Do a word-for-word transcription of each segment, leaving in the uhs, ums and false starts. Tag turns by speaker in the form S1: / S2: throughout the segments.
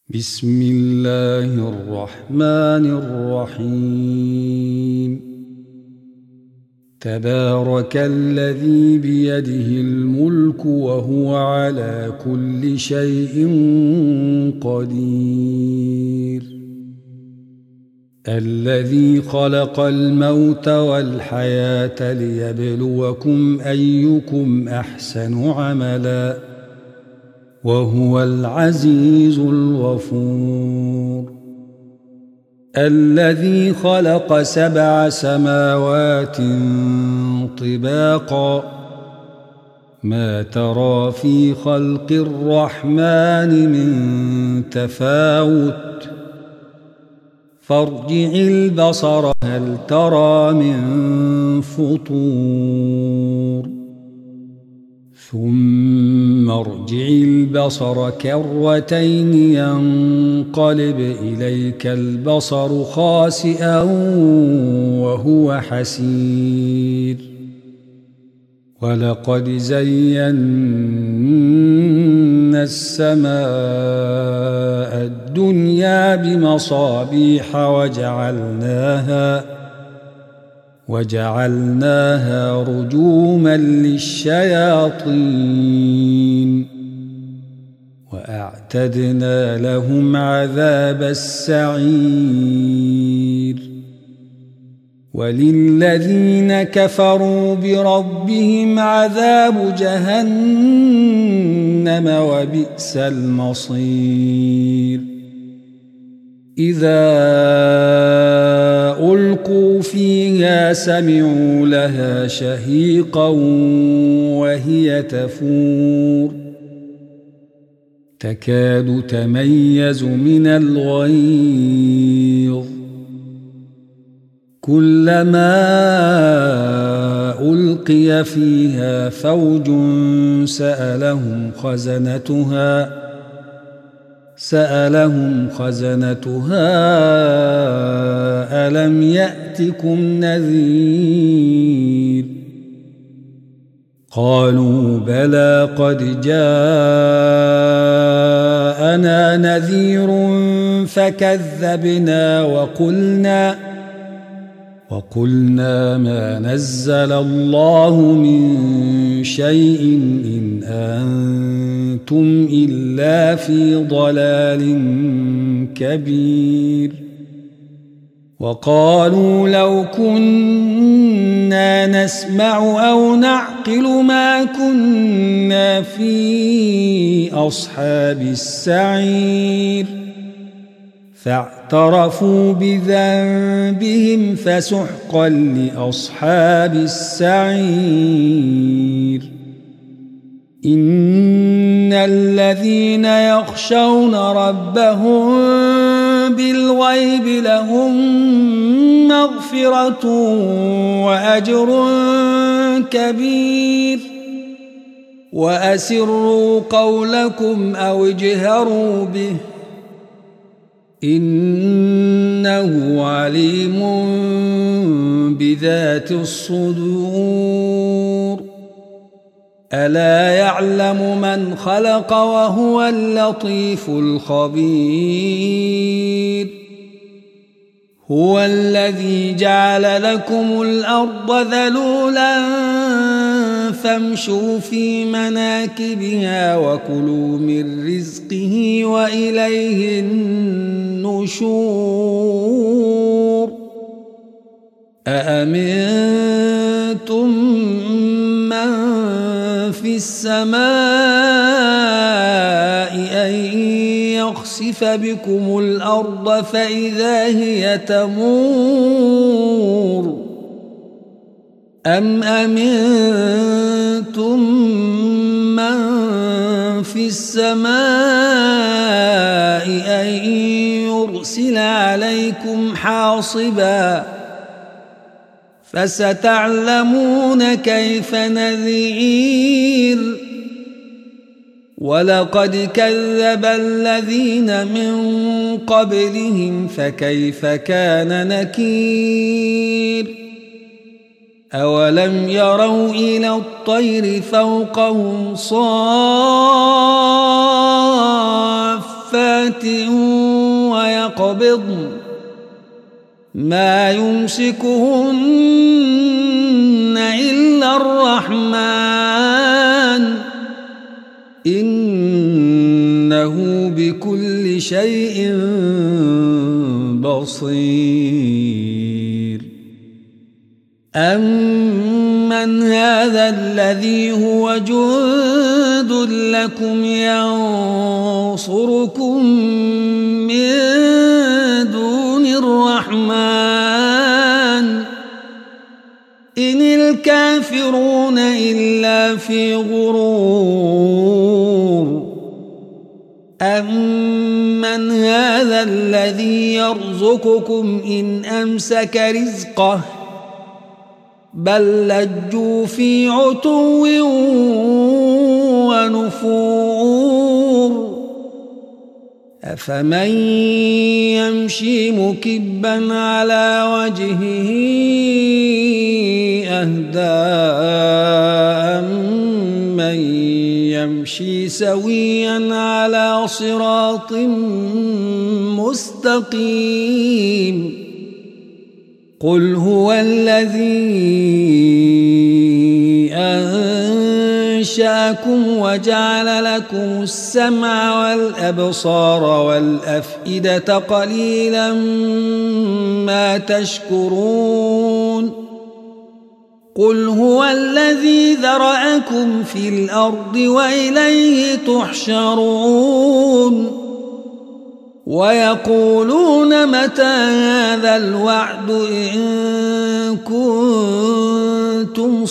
S1: بسم الله الرحمن الرحيم تبارك الذي بيده الملك وهو على كل شيء قدير الذي خلق الموت والحياة ليبلوكم أيكم أحسن عملا وهو العزيز الغفور الذي خلق سبع سماوات طباقا ما ترى في خلق الرحمن من تفاوت فارجع البصر هل ترى من فطور ثم ارجع البصر كرتين ينقلب إليك البصر خاسئا وهو حسير ولقد زينا السماء الدنيا بمصابيح وجعلناها وجعلناها رجوما للشياطين وأعتدنا لهم عذاب السعير وللذين كفروا بربهم عذاب جهنم وبئس المصير إذا ألقوا فيها سمعوا لها شهيقا وهي تفور تكاد تميز من الغيظ كلما ألقي فيها فوج سألهم خزنتها سألهم خزنتها ألم يأتكم نذير قالوا بلى قد جاءنا نذير فكذبنا وقلنا وقلنا ما نزل الله من شيء إن أنتم إلا في ضلال كبير وقالوا لو كنا نسمع أو نعقل ما كنا في أصحاب السعير فاعترفوا بذنبهم فسحقا لأصحاب السعير إن الذين يخشون ربهم بالغيب لهم مغفرة وأجر كبير وأسروا قولكم أو اجهروا به إنه عليم بذات الصدور ألا يعلم من خلق وهو اللطيف الخبير هو الذي جعل لكم الأرض ذلولا فامشوا في مناكبها وكلوا من رزقه وإليه النشور أأمنتم من في السماء أن يخسف بكم الأرض فإذا هي تمور أم أمنتم من في السماء أن يرسل عليكم حاصبا فستعلمون كيف نذير ولقد كذب الذين من قبلهم فكيف كان نكير أولم يروا إلى الطير فوقهم صافات سماوات ويقبض ما يمسكهن إلا الرحمن إنه بكل شيء بصير. أمن هذا الذي هو جند لكم ينصركم من دون الرحمن إن الكافرون إلا في غرور. أمن هذا الذي يرزقكم إن أمسك رزقه بل لجوا في عتو ونفور. أفمن يمشي مكبا على وجهه أهدى أمن يمشي سويا على صراط مستقيم. قل هو الذي أنشأكم وجعل لكم السمع والأبصار والأفئدة قليلا ما تشكرون. قل هو الذي ذرأكم في الأرض وإليه تحشرون. ويقولون متى هذا الوعد إن كنتم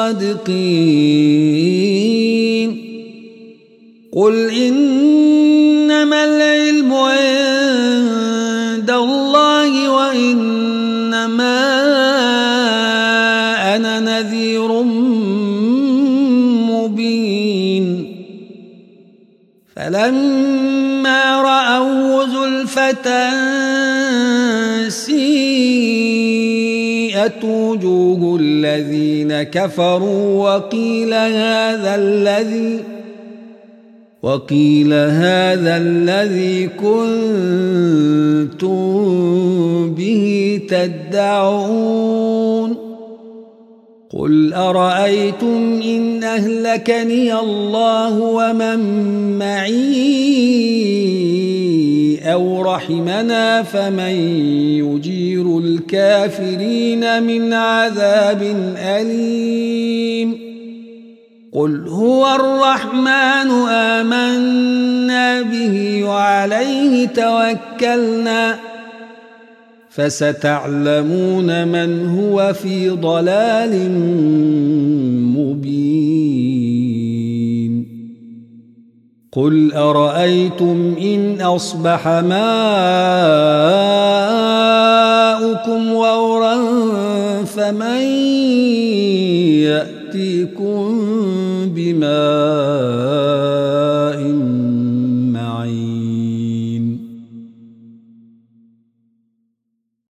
S1: صادقين. قل إنما العلم عند الله وإنما أنا نذير مبين. فلما رأوه زلفة سيئت وجوه الذين كفروا وقيل هذا الذي وقيل هذا الذي كنتم به تدعون. قل أرأيتم إن أهلكني الله ومن معي أو رحمنا فمن يجير الكافرين من عذاب أليم. قل هو الرحمن آمنا به وعليه توكلنا فستعلمون من هو في ضلال مبين. قل أرأيتم إن أصبح ماؤكم غورا فمن يأتيكم بماء